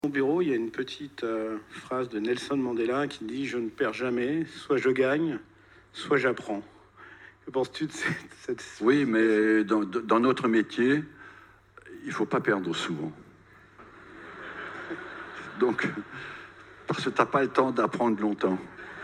Au bureau, il y a une petite phrase de Nelson Mandela qui dit « Je ne perds jamais, soit je gagne, soit j'apprends ». Que penses-tu de cette... Oui, mais dans notre métier, il ne faut pas perdre souvent. Donc, parce que tu n'as pas le temps d'apprendre longtemps.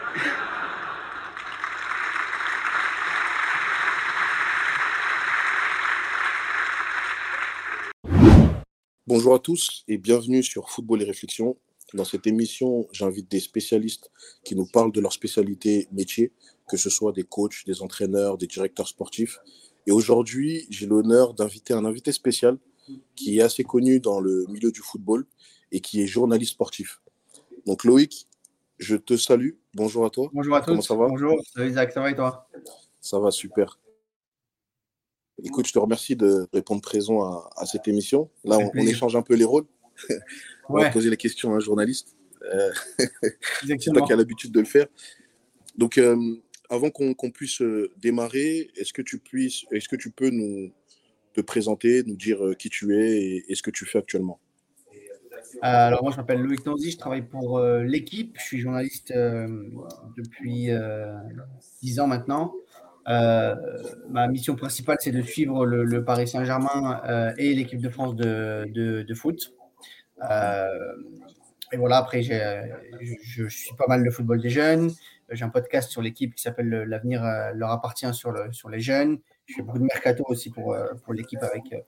Bonjour à tous et bienvenue sur Football et Réflexions. Dans cette émission, j'invite des spécialistes qui nous parlent de leur spécialité métier, que ce soit des coachs, des entraîneurs, des directeurs sportifs. Et aujourd'hui, j'ai l'honneur d'inviter un invité spécial qui est assez connu dans le milieu du football et qui est journaliste sportif. Donc Loïc, je te salue. Bonjour à toi. Bonjour à Comment tous. ça va? Bonjour, salut Isaac, ça va et toi? Ça va, super. Écoute, je te remercie de répondre présent à cette émission. Là, on échange un peu les rôles. On va poser les questions à un journaliste. C'est toi qui as l'habitude de le faire. Donc, avant qu'on puisse démarrer, est-ce que tu peux te présenter, nous dire qui tu es et ce que tu fais actuellement? Alors moi, je m'appelle Loïc Tanzi, je travaille pour l'équipe. Je suis journaliste depuis 10 ans maintenant. Ma mission principale, c'est de suivre le Paris Saint-Germain et l'équipe de France de foot. Et voilà, après, je suis pas mal le football des jeunes. J'ai un podcast sur l'équipe qui s'appelle L'avenir leur appartient sur les jeunes. Je fais beaucoup de mercato aussi pour l'équipe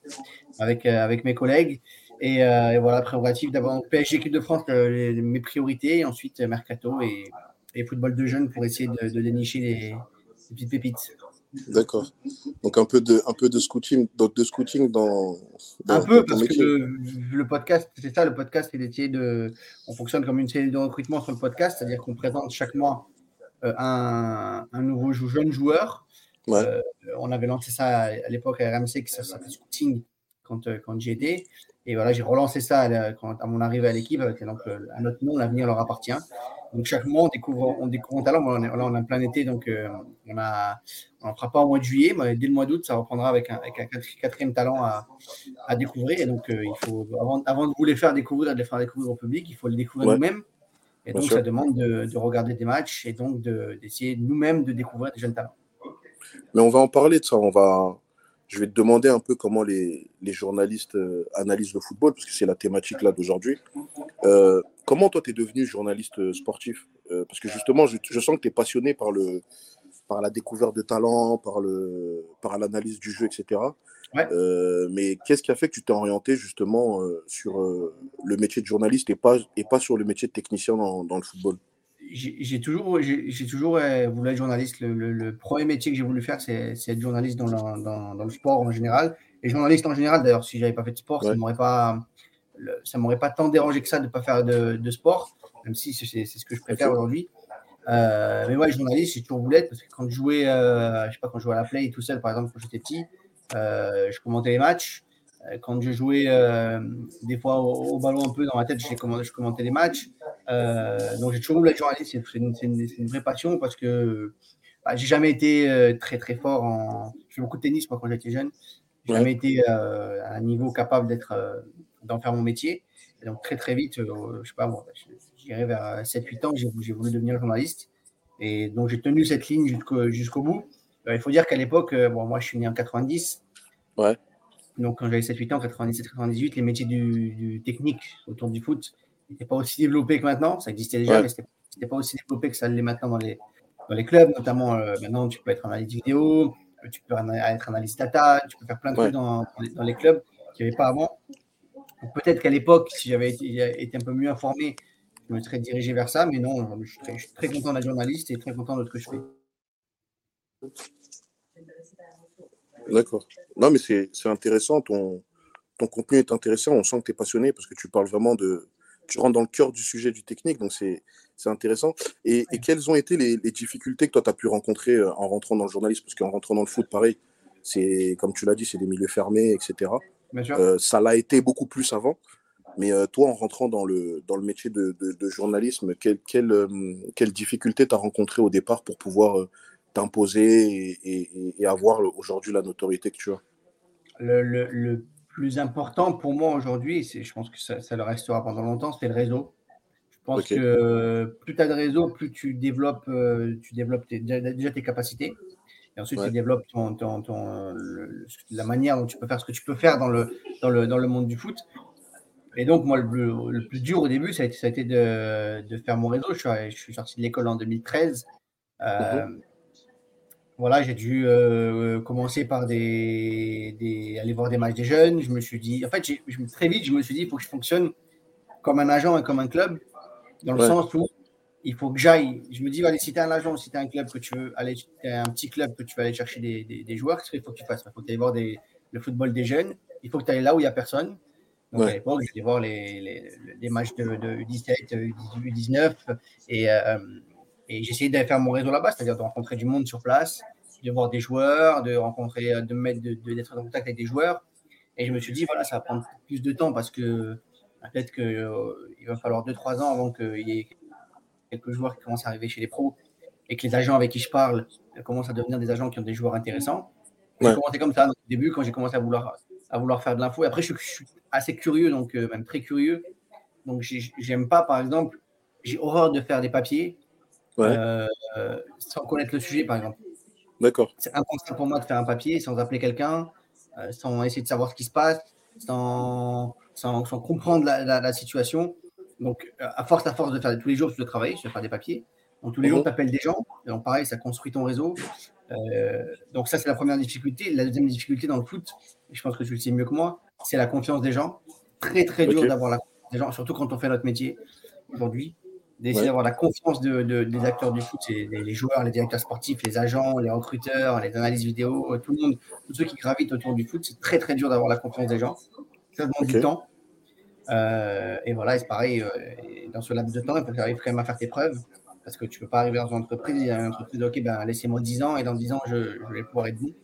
avec mes collègues. Et voilà, prérogative d'abord PSG, équipe de France, mes priorités, et ensuite mercato et football de jeunes pour essayer de dénicher les petites pépites. D'accord. Donc un peu de scouting, dans Un peu, ton parce que métier. le podcast, c'est ça, le podcast, on fonctionne comme une série de recrutement sur le podcast, c'est-à-dire qu'on présente chaque mois un nouveau jeune joueur. Ouais. On avait lancé ça à l'époque à RMC, que ça s'appelait Scouting quand j'y étais. Et voilà, j'ai relancé ça à mon arrivée à l'équipe avec donc, un autre nom, l'avenir leur appartient. Donc chaque mois, on découvre un talent. On est en plein été, donc on ne fera pas au mois de juillet, mais dès le mois d'août, ça reprendra avec un quatrième talent à découvrir. Et donc, il faut, avant de vous les faire découvrir, de les faire découvrir au public, il faut les découvrir nous-mêmes. Et donc, ça demande de regarder des matchs et donc d'essayer nous-mêmes de découvrir des jeunes talents. Mais on va en parler de ça. Je vais te demander un peu comment les journalistes analysent le football, parce que c'est la thématique là d'aujourd'hui. Comment toi, tu es devenu journaliste sportif? Parce que justement, je sens que tu es passionné par la découverte de talents, par l'analyse du jeu, etc. Ouais. Mais qu'est-ce qui a fait que tu t'es orienté justement sur le métier de journaliste et pas sur le métier de technicien dans le football? J'ai toujours voulu être journaliste. Le premier métier que j'ai voulu faire, c'est être journaliste dans le sport en général. Et journaliste en général, d'ailleurs, si je n'avais pas fait de sport, ça ne m'aurait pas tant dérangé que ça de ne pas faire de sport, même si c'est ce que je préfère aujourd'hui. Mais ouais, journaliste, j'ai toujours voulu être, parce que quand je jouais, je sais pas, quand je jouais à la play tout seul, par exemple, quand j'étais petit, je commentais les matchs. Quand je jouais des fois au ballon un peu dans ma tête, je commentais les matchs. Donc j'ai toujours voulu être journaliste. C'est une vraie passion parce que j'ai jamais été très très fort Je fais beaucoup de tennis moi quand j'étais jeune. J'ai jamais été à un niveau capable d'en faire mon métier. Et donc très très vite, je sais pas moi, j'irai vers 7-8 ans, j'ai voulu devenir journaliste. Et donc j'ai tenu cette ligne jusqu'au bout. Il faut dire qu'à l'époque, moi je suis né en 90. Ouais. Donc, quand j'avais 7-8 ans, 97-98, les métiers du technique autour du foot n'étaient pas aussi développés que maintenant. Ça existait déjà, mais ce n'était pas aussi développé que ça l'est maintenant dans les clubs. Notamment, maintenant, tu peux être analyste vidéo, tu peux être analyste data, tu peux faire plein de trucs dans les clubs qu'il n'y avait pas avant. Donc, peut-être qu'à l'époque, si j'avais été un peu mieux informé, je me serais dirigé vers ça. Mais non, je suis très content d'être journaliste et très content de ce que je fais. D'accord. Non, mais c'est intéressant. Ton contenu est intéressant. On sent que tu es passionné parce que tu parles vraiment tu rentres dans le cœur du sujet du technique. Donc, c'est intéressant. Et quelles ont été les difficultés que toi, tu as pu rencontrer en rentrant dans le journalisme? Parce qu'en rentrant dans le foot, pareil, comme tu l'as dit, c'est des milieux fermés, etc. Bien sûr. Ça l'a été beaucoup plus avant. Mais toi, en rentrant dans le métier de journalisme, quelles difficultés tu as rencontrées au départ pour pouvoir t'imposer et avoir aujourd'hui la notoriété que tu as? Le plus important pour moi aujourd'hui, je pense que ça le restera pendant longtemps, c'est le réseau. Je pense que plus tu as de réseau, plus tu développes déjà tes capacités. Et ensuite, tu développes la manière dont tu peux faire ce que tu peux faire dans le monde du foot. Et donc, moi, le plus dur au début, ça a été de faire mon réseau. Je suis sorti de l'école en 2013. Voilà, j'ai dû commencer par aller voir des matchs des jeunes. Je me suis dit, en fait, très vite, je me suis dit, il faut que je fonctionne comme un agent et comme un club, dans le sens où il faut que j'aille. Je me dis, allez, si tu es un agent, si tu es un club que tu veux aller, un petit club que tu veux aller chercher des joueurs, qu'est-ce qu'il faut que tu fasses? Il faut que tu ailles voir le football des jeunes. Il faut que tu ailles là où il n'y a personne. Donc, à l'époque, j'allais voir les matchs de U17, U19 et j'essayais d'aller faire mon réseau là-bas, c'est-à-dire de rencontrer du monde sur place, de voir des joueurs, d'être en contact avec des joueurs. Et je me suis dit, voilà, ça va prendre plus de temps parce que peut-être qu'il va falloir 2-3 ans avant qu'il y ait quelques joueurs qui commencent à arriver chez les pros et que les agents avec qui je parle commencent à devenir des agents qui ont des joueurs intéressants. J'ai commencé comme ça, donc, au début, quand j'ai commencé à vouloir faire de l'info. Et après, je suis assez curieux, donc même très curieux. Donc, j'aime pas, par exemple, j'ai horreur de faire des papiers sans connaître le sujet, par exemple. D'accord. C'est impossible pour moi de faire un papier sans appeler quelqu'un, sans essayer de savoir ce qui se passe, sans comprendre la situation. Donc, à force de faire tous les jours, je dois travailler, je dois faire des papiers. Donc, tous les jours, tu appelles des gens. Et donc, pareil, ça construit ton réseau. Donc, ça, c'est la première difficulté. La deuxième difficulté dans le foot, et je pense que tu le sais mieux que moi, c'est la confiance des gens. Très, très dur d'avoir la confiance des gens, surtout quand on fait notre métier aujourd'hui. D'essayer d'avoir la confiance des acteurs du foot, c'est les joueurs, les directeurs sportifs, les agents, les recruteurs, les analystes vidéo, tout le monde, tous ceux qui gravitent autour du foot, c'est très très dur d'avoir la confiance des gens. Ça demande du temps. Et voilà, et c'est pareil, dans ce laps de temps, il faut que tu arrives quand même à faire tes preuves. Parce que tu ne peux pas arriver dans une entreprise, il y a une entreprise, ok, ben, laissez-moi 10 ans, et dans 10 ans, je vais pouvoir être bon.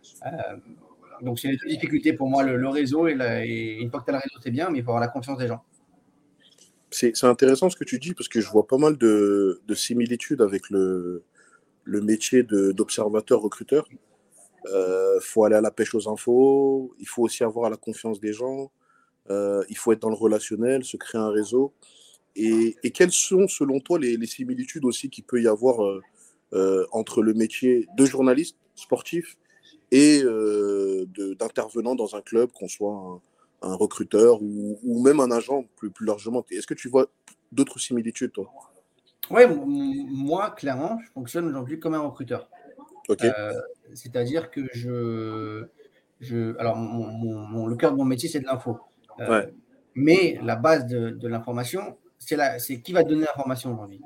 Donc, c'est les deux difficultés pour moi, le réseau, et une fois que tu as le réseau, c'est bien, mais il faut avoir la confiance des gens. C'est intéressant ce que tu dis, parce que je vois pas mal de similitudes avec le métier d'observateur-recruteur. Faut aller à la pêche aux infos, il faut aussi avoir la confiance des gens, il faut être dans le relationnel, se créer un réseau. Et quelles sont, selon toi, les similitudes aussi qu'il peut y avoir entre le métier de journaliste sportif et d'intervenant dans un club, qu'on soit un recruteur ou même un agent plus largement? Est-ce que tu vois d'autres similitudes, toi? Oui, moi, clairement, je fonctionne aujourd'hui comme un recruteur. C'est-à-dire que alors, le cœur de mon métier, c'est de l'info. Mais la base de l'information, c'est qui va te donner l'information aujourd'hui.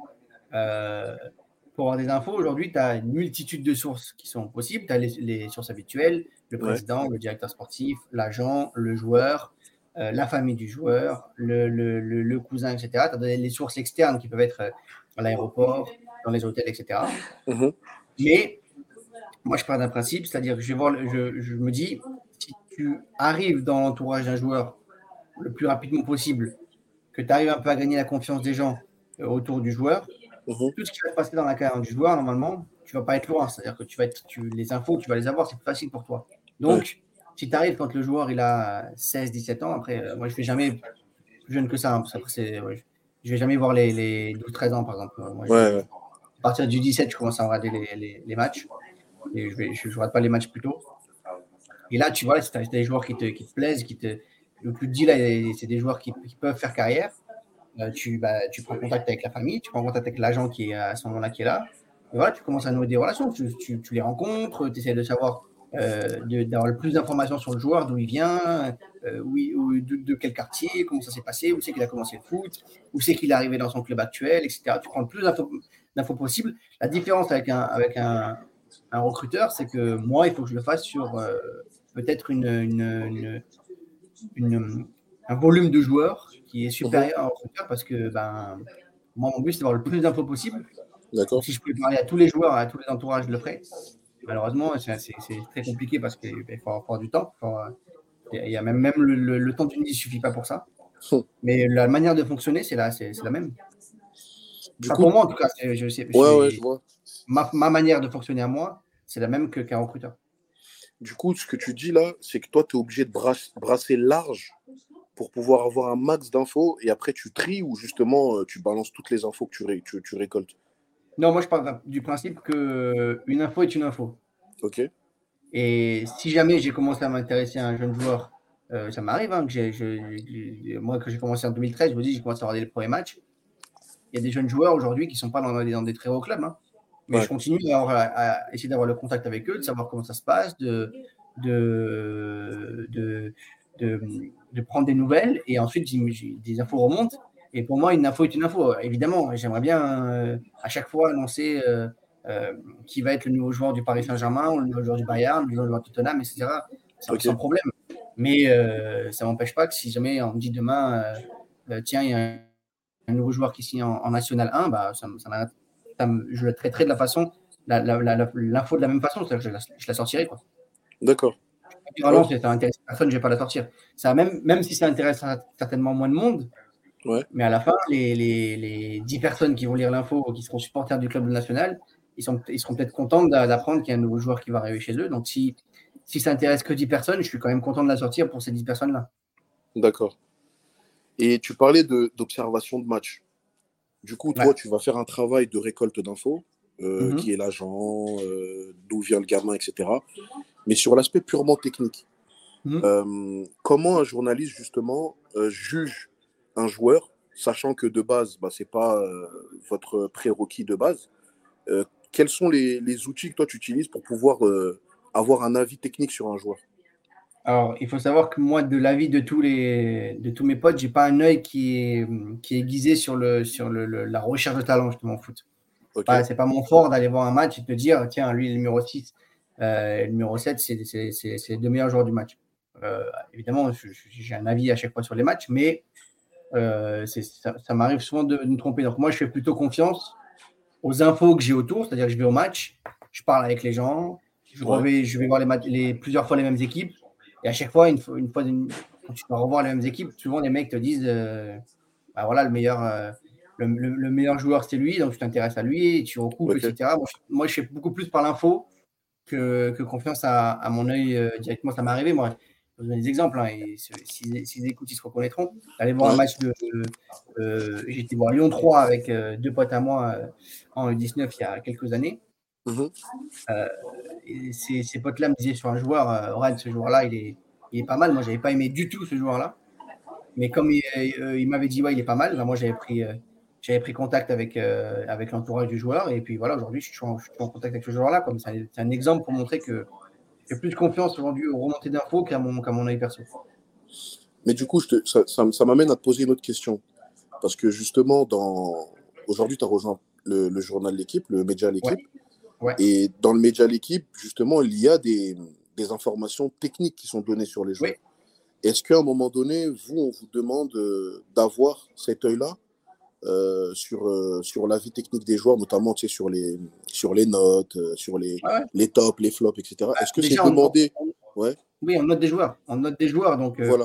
Pour avoir des infos, aujourd'hui, tu as une multitude de sources qui sont possibles. Tu as les sources habituelles, le président, le directeur sportif, l'agent, le joueur, la famille du joueur, le cousin, etc. Tu as les sources externes qui peuvent être à l'aéroport, dans les hôtels, etc. Mais moi, je pars d'un principe, c'est-à-dire que je me dis, si tu arrives dans l'entourage d'un joueur le plus rapidement possible, que tu arrives un peu à gagner la confiance des gens autour du joueur, tout ce qui va se passer dans la carrière du joueur, normalement, tu ne vas pas être loin. C'est-à-dire que les infos, tu vas les avoir, c'est plus facile pour toi. Donc, si tu arrives quand le joueur il a 16-17 ans, après, moi, je ne fais jamais plus jeune que ça. Hein, parce que je ne vais jamais voir les 12-13 ans, par exemple. À partir du 17, je commence à regarder les matchs. Et je ne regarde pas les matchs plus tôt. Et là, tu vois, si tu as des joueurs qui te plaisent, donc tu te dis, là, c'est des joueurs qui peuvent faire carrière. Tu prends contact avec la famille, tu prends contact avec l'agent qui est à ce moment-là qui est là. Et voilà, tu commences à nouer des relations, tu les rencontres, tu essaies de savoir, d'avoir le plus d'informations sur le joueur, d'où il vient, de quel quartier, comment ça s'est passé, où c'est qu'il a commencé le foot, où c'est qu'il est arrivé dans son club actuel, etc. Tu prends le plus d'infos possible. La différence avec un recruteur, c'est que moi, il faut que je le fasse sur peut-être un volume de joueurs qui est supérieur à un recruteur, parce que moi, mon but, c'est d'avoir le plus d'infos possible. Donc, si je pouvais parler à tous les joueurs, à tous les entourages, je le ferais. Malheureusement, c'est très compliqué parce qu'il faut avoir du temps. Il y a même le temps d'une vie ne suffit pas pour ça. Mais la manière de fonctionner, c'est la même. Pour moi, en tout cas, je vois. Ma manière de fonctionner à moi, c'est la même qu'un recruteur. Du coup, ce que tu dis là, c'est que toi, tu es obligé de brasser large pour pouvoir avoir un max d'infos et après tu tries ou justement tu balances toutes les infos que tu récoltes. Non, moi, je pars du principe qu'une info est une info. Ok. Et si jamais j'ai commencé à m'intéresser à un jeune joueur, ça m'arrive, hein, moi, quand j'ai commencé en 2013, je vous dis, j'ai commencé à regarder les premiers matchs. Il y a des jeunes joueurs aujourd'hui qui ne sont pas dans des très hauts clubs, hein. Mais Ouais. je continue à essayer d'avoir le contact avec eux, de savoir comment ça se passe, de, de, de, de prendre des nouvelles. Et ensuite, des infos remontent. Et pour moi, une info est une info. Évidemment, j'aimerais bien à chaque fois annoncer qui va être le nouveau joueur du Paris Saint-Germain, ou le nouveau joueur du Bayern, le nouveau joueur de Tottenham, etc. Sans Ok. problème. Mais ça ne m'empêche pas que si jamais on me dit demain, tiens, il y a un nouveau joueur qui signe en National 1, bah, je le traiterai de la façon, l'info de la même façon, c'est-à-dire que je la sortirai. Quoi. D'accord. Ah Ouais. non, si ça intéresse personne, je ne vais pas la sortir. Ça, même si ça intéresse certainement moins de monde, Ouais. mais à la fin, les 10 personnes qui vont lire l'info, qui seront supporters du club national, ils seront peut-être contents d'apprendre qu'il y a un nouveau joueur qui va arriver chez eux. Donc, si ça intéresse que 10 personnes, je suis quand même content de la sortir pour ces 10 personnes-là. D'accord. Et tu parlais d'observation de match. Du coup, Ouais. toi, tu vas faire un travail de récolte d'infos, qui est l'agent, d'où vient le gamin, etc. Mais sur l'aspect purement technique, comment un journaliste, justement, juge un joueur, sachant que de base, bah, ce n'est pas votre prérequis de base. Quels sont les outils que toi, tu utilises pour pouvoir avoir un avis technique sur un joueur? Alors, il faut savoir que moi, de l'avis de tous mes potes, j'ai pas un œil qui est aiguisé sur la recherche de talent, justement, au foot. Ok. C'est pas mon fort d'aller voir un match et te dire, tiens, lui, le numéro 6, le numéro 7, c'est les deux meilleurs joueurs du match. Évidemment, j'ai un avis à chaque fois sur les matchs, mais ça m'arrive souvent de me tromper. Donc, moi, je fais plutôt confiance aux infos que j'ai autour, c'est-à-dire que je vais au match, je parle avec les gens, Ouais. je vais voir plusieurs fois les mêmes équipes, et à chaque fois, quand tu vas revoir les mêmes équipes, souvent les mecs te disent bah voilà, le meilleur joueur, c'est lui, donc tu t'intéresses à lui, et tu recoupes, Ok. etc. Moi, je fais beaucoup plus par l'info que confiance à mon œil directement. Ça m'est arrivé, moi. Je vais vous donner des exemples, hein, et s'ils écoutent, ils se reconnaîtront. D'aller voir un Ouais. match j'ai été voir Lyon 3 avec deux potes à moi en U19 il y a quelques années. Mhm. Et ces potes-là me disaient sur un joueur, Aurel, ce joueur-là, il est pas mal. Moi, j'avais pas aimé du tout ce joueur-là. Mais comme il m'avait dit, ouais, il est pas mal, ben moi, j'avais pris contact avec l'entourage du joueur. Et puis voilà, aujourd'hui, je suis toujours en contact avec ce joueur-là. Comme c'est un exemple pour montrer que j'ai plus de confiance aujourd'hui aux remontées d'infos qu'à mon œil perso. Mais du coup, ça m'amène à te poser une autre question. Parce que justement, aujourd'hui, tu as rejoint le journal L'équipe, le média Ouais, L'équipe. ouais. Et dans le média L'équipe, justement, il y a des informations techniques qui sont données sur les Oui. joueurs. Est-ce qu'à un moment donné, on vous demande d'avoir cet œil-là sur la vie technique des joueurs, notamment sur les notes, sur Ouais. les tops, les flops, etc. Est-ce que c'est Déjà, demandé? Ouais, oui, on note des joueurs. On note des joueurs. Donc, voilà.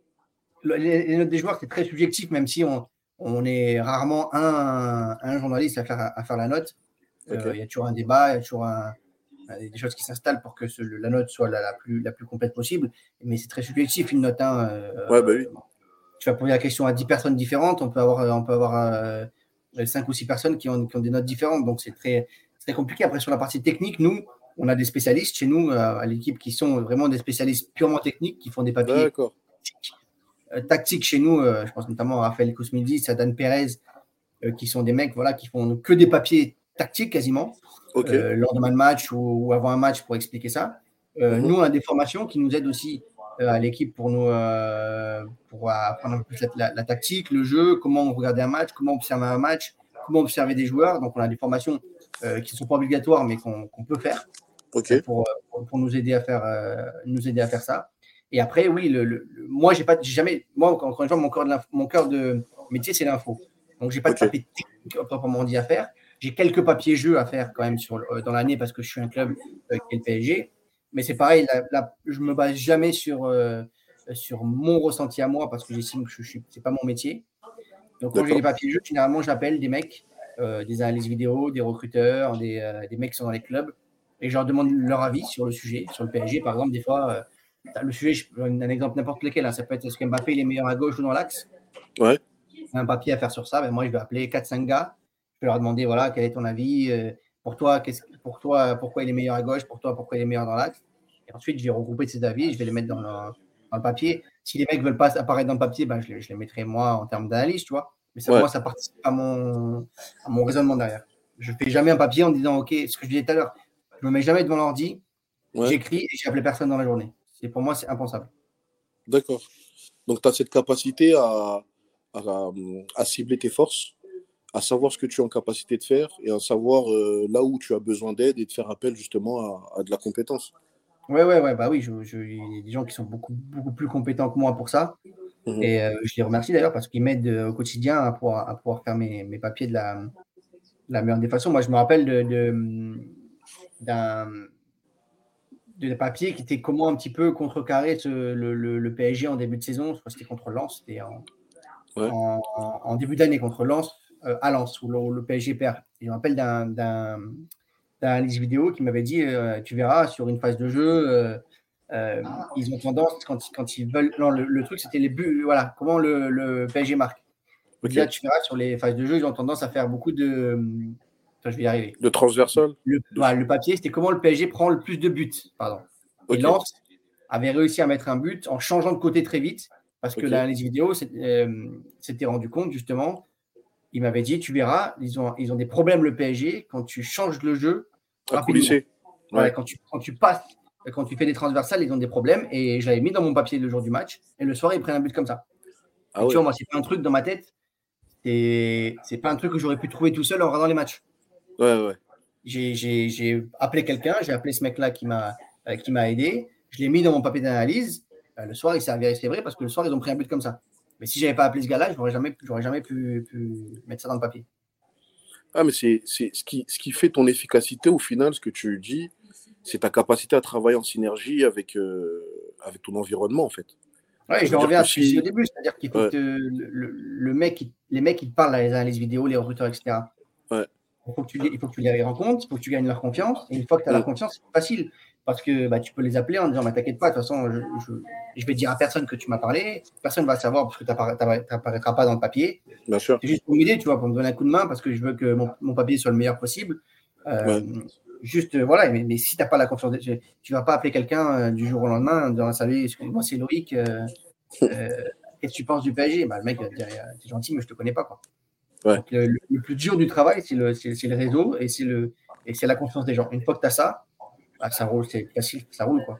les notes des joueurs, c'est très subjectif, même si on est rarement un journaliste à faire la note. Ok. Il y a toujours un débat, il y a toujours des choses qui s'installent pour que la note soit la plus complète possible. Mais c'est très subjectif, une note. Hein, Ouais, bah oui. tu vas poser la question à 10 personnes différentes, on peut avoir 5 ou 6 personnes qui ont des notes différentes. Donc, c'est très compliqué. Après, sur la partie technique, nous, on a des spécialistes chez nous à l'équipe qui sont vraiment des spécialistes purement techniques, qui font des papiers D'accord. tactiques chez nous. Je pense notamment à Raphaël Kousmidis, à Dan Perez, qui sont des mecs voilà, qui font que des papiers tactiques quasiment, Ok. lors d'un match ou avant un match pour expliquer ça. Mhm. Nous, on a des formations qui nous aident aussi à l'équipe pour apprendre un peu plus la tactique, le jeu, comment regarder un match, comment observer un match, comment observer des joueurs. Donc, on a des formations qui ne sont pas obligatoires, mais qu'on peut faire Ok. pour nous aider à faire ça. Et après, oui, moi, j'ai jamais, moi, encore une fois, mon cœur de métier, c'est l'info. Donc, j'ai pas de Ok. papier technique proprement dit à faire. J'ai quelques papiers jeux à faire quand même dans l'année parce que je suis un club qui est le PSG. Mais c'est pareil, je me base jamais sur mon ressenti à moi parce que j'estime que c'est pas mon métier. Donc, quand j'ai des D'accord. papiers jeux, généralement, j'appelle des mecs, des analyses vidéo, des recruteurs, des mecs qui sont dans les clubs et je leur demande leur avis sur le sujet, sur le PSG. Par exemple, des fois, le sujet, je donne un exemple n'importe lequel. Hein, ça peut être est-ce que Mbappé il est meilleur à gauche ou dans l'axe. Ouais. Un papier à faire sur ça. Ben, moi, je vais appeler 4-5 gars. Je vais leur demander voilà, quel est ton avis pour toi, pourquoi il est meilleur à gauche, pour toi, pourquoi il est meilleur dans l'axe. Et ensuite, je vais regrouper ces avis et je vais les mettre dans le papier. Si les mecs ne veulent pas apparaître dans le papier, ben, je les mettrai moi en termes d'analyse, tu vois. Mais ça, moi, ça participe à mon raisonnement derrière. Je ne fais jamais un papier en disant, OK, ce que je disais tout à l'heure, je ne me mets jamais devant l'ordi, j'écris et je n'appelle personne dans la journée. Pour moi, c'est impensable. D'accord. Donc, tu as cette capacité à cibler tes forces, à savoir ce que tu es en capacité de faire et à savoir là où tu as besoin d'aide et de faire appel justement à de la compétence. Ouais, bah oui, il y a des gens qui sont beaucoup plus compétents que moi pour ça. Et je les remercie d'ailleurs parce qu'ils m'aident au quotidien à pouvoir faire mes papiers de la meilleure des façons. Moi, je me rappelle de papier qui était comment un petit peu contrecarrer le PSG en début de saison. Je crois que c'était contre Lens, c'était en début d'année contre Lens, à Lens, où le PSG perd. Et je me rappelle d'un analyse vidéo qui m'avait dit tu verras sur une phase de jeu ils ont tendance quand ils veulent non le truc c'était les buts, voilà comment le PSG marque. Là tu verras sur les phases de jeu ils ont tendance à faire beaucoup de je vais y arriver, de transversal. Le papier c'était comment le PSG prend le plus de buts, pardon. Et Lens avait réussi à mettre un but en changeant de côté très vite parce que l'analyse vidéo s'était rendu compte justement. Il m'avait dit, tu verras, ils ont des problèmes le PSG quand tu changes le jeu rapidement. Ouais. Quand tu passes, quand tu fais des transversales, ils ont des problèmes. Et j'avais mis dans mon papier le jour du match. Et le soir, ils prennent un but comme ça. Tu vois, moi, c'est pas un truc dans ma tête. C'est pas un truc que j'aurais pu trouver tout seul en regardant les matchs. Ouais. J'ai appelé quelqu'un, j'ai appelé ce mec-là qui m'a aidé. Je l'ai mis dans mon papier d'analyse. Le soir, il s'est avéré, c'est vrai, parce que le soir, ils ont pris un but comme ça. Mais si je n'avais pas appelé ce gars-là, je n'aurais jamais pu mettre ça dans le papier. Ah, mais c'est ce qui fait ton efficacité au final, ce que tu dis, c'est ta capacité à travailler en synergie avec ton environnement, en fait. Oui, je reviens à ce que je disais au début, c'est-à-dire qu'il faut que les mecs, ils te parlent dans les analyses vidéo, les recruteurs, etc. Ouais. Il faut que tu les rencontres, il faut que tu gagnes leur confiance. Et une fois que tu as leur confiance, c'est facile. Parce que tu peux les appeler en disant t'inquiète pas, de toute façon, je vais dire à personne que tu m'as parlé, personne ne va savoir parce que tu n'apparaîtras pas dans le papier. Bien sûr. C'est juste pour m'aider, tu vois, pour me donner un coup de main parce que je veux que mon papier soit le meilleur possible. Juste, voilà, mais si tu n'as pas la confiance, tu ne vas pas appeler quelqu'un du jour au lendemain en disant salut, excuse-moi, c'est Loïc, qu'est-ce que tu penses du PSG? Le mec va dire t'es gentil, mais je ne te connais pas, quoi. Ouais. Donc, le plus dur du travail, c'est le réseau et c'est la confiance des gens. Une fois que tu as ça, ça roule, c'est facile, ça roule, quoi.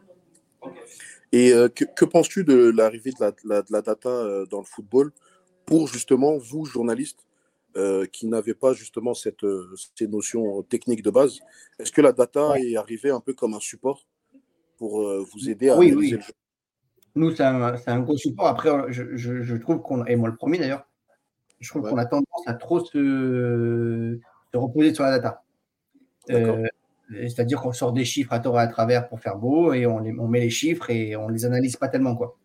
Et que penses-tu de l'arrivée de la data dans le football pour justement vous, journalistes, qui n'avez pas justement ces notions techniques de base? Est-ce que la data est arrivée un peu comme un support pour vous aider à analyser le jeu? Nous, c'est un gros support. Après, je trouve et moi le premier d'ailleurs, je trouve qu'on a tendance à trop se reposer sur la data. C'est-à-dire qu'on sort des chiffres à tort et à travers pour faire beau et on met les chiffres et on les analyse pas tellement, quoi.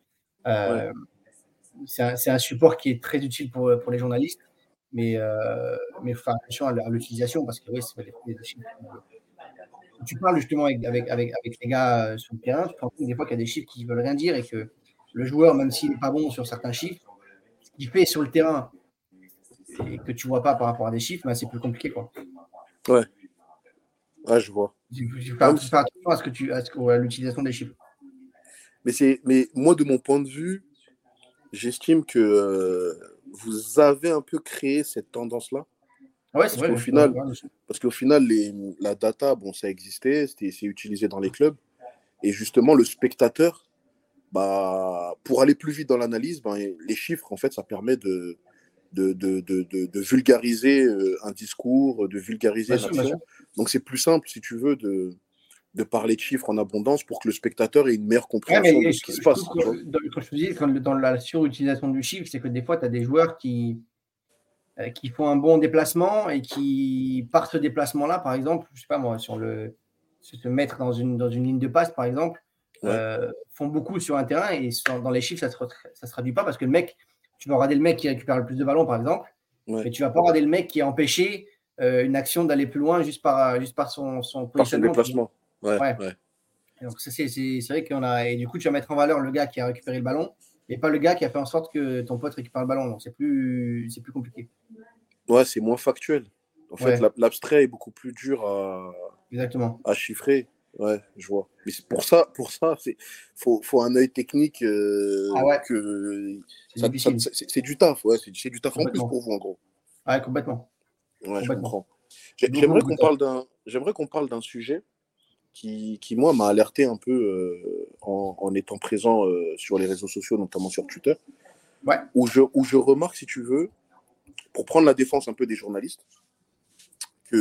C'est un support qui est très utile pour les journalistes, mais faire attention à l'utilisation parce que c'est des chiffres. Tu parles justement avec les gars sur le terrain, tu te rends compte des fois qu'il y a des chiffres qui ne veulent rien dire et que le joueur, même s'il n'est pas bon sur certains chiffres, ce qu'il fait sur le terrain et que tu ne vois pas par rapport à des chiffres, c'est plus compliqué, quoi. Ouais. Ah, je vois. Tu fais attention à l'utilisation des chiffres. Mais moi, de mon point de vue, j'estime que vous avez un peu créé cette tendance-là. Ouais, c'est vrai. Parce qu'au final, la data, ça existait, c'est utilisé dans les clubs. Et justement, le spectateur, pour aller plus vite dans l'analyse, les chiffres, en fait, ça permet de vulgariser un discours, de vulgariser une action. Donc, c'est plus simple, si tu veux, de parler de chiffres en abondance pour que le spectateur ait une meilleure compréhension de ce qui se passe. Quand je te dis, dans la surutilisation du chiffre, c'est que des fois, tu as des joueurs qui font un bon déplacement et qui, par ce déplacement-là, par exemple, je sais pas moi, se mettre dans une ligne de passe, par exemple, font beaucoup sur un terrain et dans les chiffres, ça se traduit pas parce que le mec, tu vas regarder le mec qui récupère le plus de ballons, par exemple, mais tu vas pas regarder le mec qui a empêché une action d'aller plus loin juste par son déplacement. Ouais, Ouais. ouais. Et donc, c'est vrai qu'on a. Et du coup, tu vas mettre en valeur le gars qui a récupéré le ballon et pas le gars qui a fait en sorte que ton pote récupère le ballon. Donc, c'est plus compliqué. Ouais, c'est moins factuel. En fait, Ouais, l'abstrait est beaucoup plus dur exactement. à chiffrer. Ouais, je vois. Mais c'est pour ça, faut un œil technique Ah ouais, que c'est difficile. c'est du taf, ouais, c'est du taf en plus Complètement. pour vous en gros. Ouais, complètement. Ouais, je Complètement. comprends. Beaucoup, beaucoup de taf. J'aimerais qu'on parle d'un sujet qui moi m'a alerté un peu en étant présent sur les réseaux sociaux, notamment sur Twitter, Ouais. où je remarque, si tu veux, pour prendre la défense un peu des journalistes, que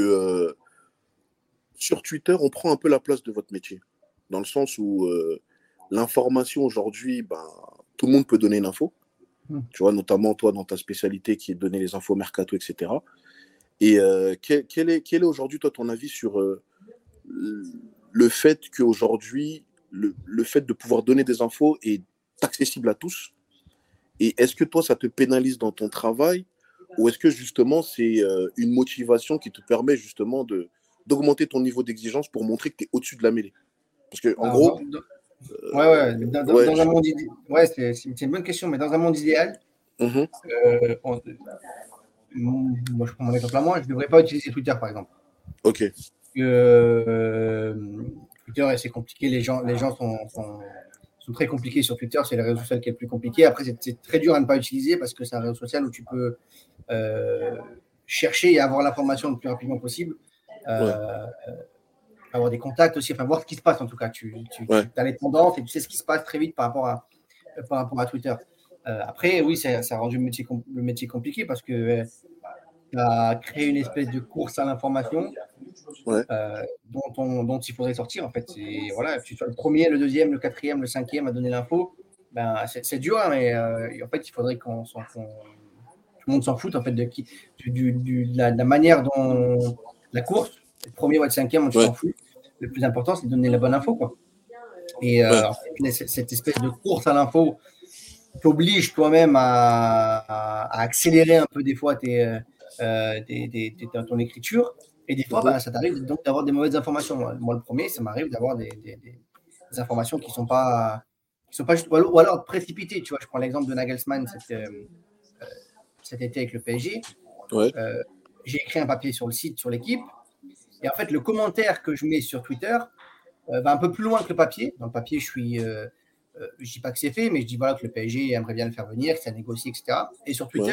sur Twitter, on prend un peu la place de votre métier. Dans le sens où l'information aujourd'hui, ben, tout le monde peut donner une info. Tu vois, notamment toi dans ta spécialité qui est de donner les infos mercato, etc. Et quel est aujourd'hui, toi, ton avis sur le fait qu'aujourd'hui, le fait de pouvoir donner des infos est accessible à tous? Et est-ce que toi, ça te pénalise dans ton travail ou est-ce que justement, c'est une motivation qui te permet justement d'augmenter ton niveau d'exigence pour montrer que tu es au-dessus de la mêlée? Parce que, en Alors, gros, ouais, ouais, dans un monde ouais, c'est une bonne question, mais dans un monde idéal, mhm, moi je prends mon exemple à moi, je ne devrais pas utiliser Twitter par exemple. ok, Twitter, c'est compliqué, les gens sont très compliqués sur Twitter, c'est le réseau social qui est le plus compliqué. Après, c'est très dur à ne pas utiliser parce que c'est un réseau social où tu peux chercher et avoir l'information le plus rapidement possible. ouais, Avoir des contacts aussi, enfin voir ce qui se passe en tout cas. Tu ouais, as les tendances et tu sais ce qui se passe très vite par rapport à Twitter. Après, oui, ça a rendu le métier compliqué parce que ça a créé une espèce de course à l'information ouais, dont il faudrait sortir en fait. Voilà, que tu sois le premier, le deuxième, le quatrième, le cinquième à donner l'info, ben, c'est dur, hein, mais en fait, il faudrait tout le monde s'en foute en fait de la manière dont la course, le premier ou le cinquième, on ouais, s'en fout. Le plus important, c'est de donner la bonne info, quoi. Et ouais, en fait, cette espèce de course à l'info t'oblige toi-même à accélérer un peu des fois ton écriture. Et des fois, mhm, bah, ça t'arrive donc d'avoir des mauvaises informations. Moi, le premier, ça m'arrive d'avoir des informations qui sont pas juste, ou alors précipitées. Tu vois, je prends l'exemple de Nagelsmann cet été avec le PSG. ouais, J'ai écrit un papier sur le site, sur l'équipe. Et en fait, le commentaire que je mets sur Twitter va un peu plus loin que le papier. Dans le papier, je dis pas que c'est fait, mais je dis voilà que le PSG aimerait bien le faire venir, que ça négocie, etc. Et sur Twitter, ouais,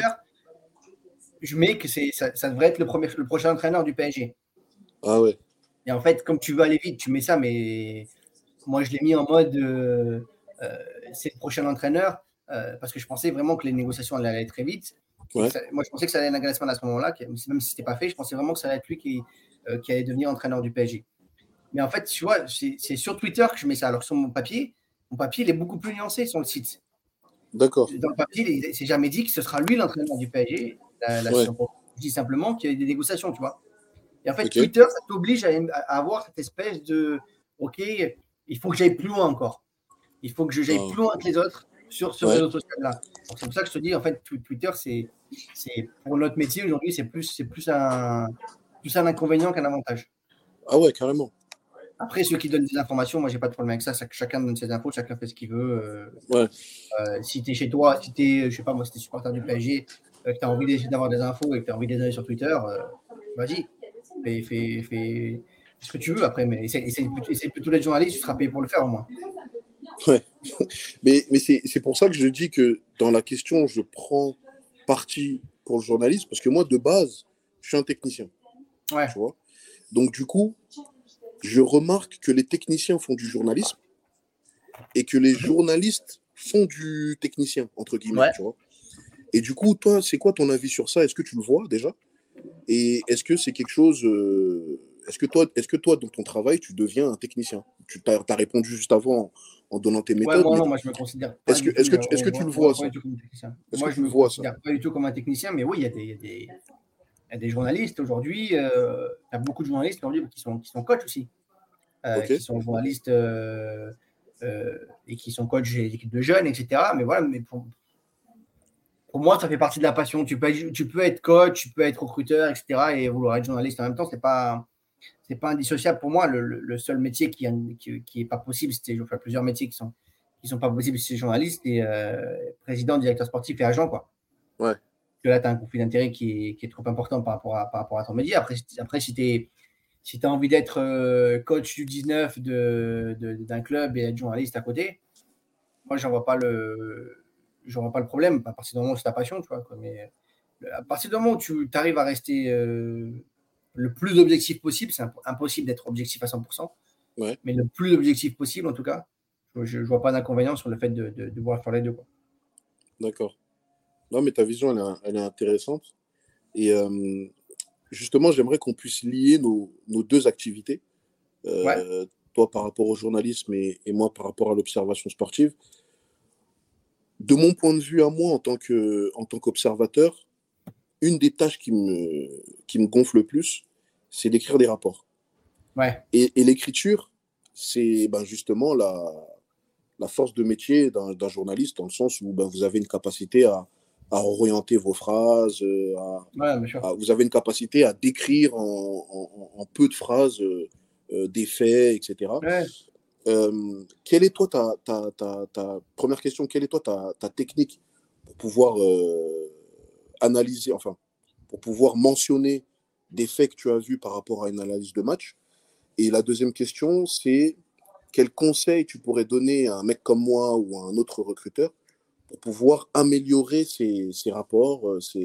je mets que ça devrait être le prochain entraîneur du PSG. ah ouais, Et en fait, comme tu veux aller vite, tu mets ça, mais moi, je l'ai mis en mode c'est le prochain entraîneur parce que je pensais vraiment que les négociations allaient aller très vite. ouais, Moi, je pensais que ça allait être Nagelsmann à ce moment-là, même si ce n'était pas fait, je pensais vraiment que ça allait être lui qui allait devenir entraîneur du PSG. Mais en fait, tu vois, c'est sur Twitter que je mets ça. Alors que sur mon papier, il est beaucoup plus nuancé sur le site. d'accord, Dans le papier, c'est jamais dit que ce sera lui l'entraîneur du PSG la ouais, saison prochaine. Je dis simplement qu'il y a des négociations, tu vois. Et en fait, ok, Twitter, ça t'oblige à avoir cette espèce de OK, il faut que j'aille plus loin encore. Il faut que j'aille ah, plus loin que les autres sur ce ouais, réseau social-là. Donc, c'est pour ça que je te dis, en fait, Twitter, pour notre métier aujourd'hui, c'est plus un inconvénient qu'un avantage. ah ouais, carrément, Après, ceux qui donnent des informations, moi, j'ai pas de problème avec ça. Chacun donne ses infos, chacun fait ce qu'il veut. ouais, Si tu es chez toi, si tu es, je sais pas moi, si tu es supporter du PSG, que tu as envie d'avoir des infos et que tu as envie de les donner sur Twitter, vas-y, fais ce que tu veux après, mais essaie plutôt d'être journaliste, tu seras payé pour le faire au moins. ouais. Mais c'est pour ça que je dis que dans la question, je prends parti pour le journalisme, parce que moi, de base, je suis un technicien, Ouais, tu vois. Donc, du coup, je remarque que les techniciens font du journalisme et que les journalistes font du technicien, entre guillemets, ouais. tu vois. Et du coup, toi, c'est quoi ton avis sur ça? Est-ce que tu le vois déjà? Et est-ce que c'est quelque chose. Est-ce que toi, dans ton travail, tu deviens un technicien? Tu as répondu juste avant en donnant tes Ouais, méthodes, mais non, moi je me considère pas du tout, est-ce que tu le vois, pas ça? du tout comme technicien. Est-ce que Moi, tu je le me vois, ça? considère pas du tout comme un technicien, mais oui, il y a des journalistes aujourd'hui. Il y a beaucoup de journalistes aujourd'hui qui sont coachs aussi, Ok, qui sont journalistes et qui sont coachs des équipes de jeunes, etc. Mais voilà, mais pour moi, ça fait partie de la passion. Tu peux être coach, tu peux être recruteur, etc. et vouloir être journaliste en même temps, c'est pas. indissociable pour moi. Le seul métier qui est pas possible, enfin, plusieurs métiers qui sont pas possibles, c'est journaliste et président, directeur sportif et agent, quoi. Ouais. Parce que là, tu as un conflit d'intérêt qui est trop important par rapport à ton métier. Après si tu as envie d'être coach du 19 d'un club et être journaliste à côté, moi, j'en vois pas le problème. À partir du moment où c'est ta passion, tu vois, quoi. Mais à partir du moment où tu arrives à rester le plus objectif possible, c'est impossible d'être objectif à 100%, Ouais. mais le plus objectif possible, en tout cas, je ne vois pas d'inconvénient sur le fait de devoir faire les deux, quoi. D'accord. Non, mais ta vision, elle est intéressante. Et justement, j'aimerais qu'on puisse lier nos deux activités. Ouais. Toi par rapport au journalisme et moi par rapport à l'observation sportive. De mon point de vue à moi, en tant qu'observateur, une des tâches qui me gonfle le plus, c'est d'écrire des rapports. Ouais. Et l'écriture, c'est justement la force de métier d'un journaliste, dans le sens où vous avez une capacité à orienter vos phrases, Ouais, bien sûr. vous avez une capacité à décrire en peu de phrases des faits, etc. Ouais. Quelle est toi ta première question, quelle est toi ta technique pour pouvoir analyser, enfin, pour pouvoir mentionner des faits que tu as vus par rapport à une analyse de match? Et la deuxième question, c'est quel conseil tu pourrais donner à un mec comme moi ou à un autre recruteur pour pouvoir améliorer ces rapports,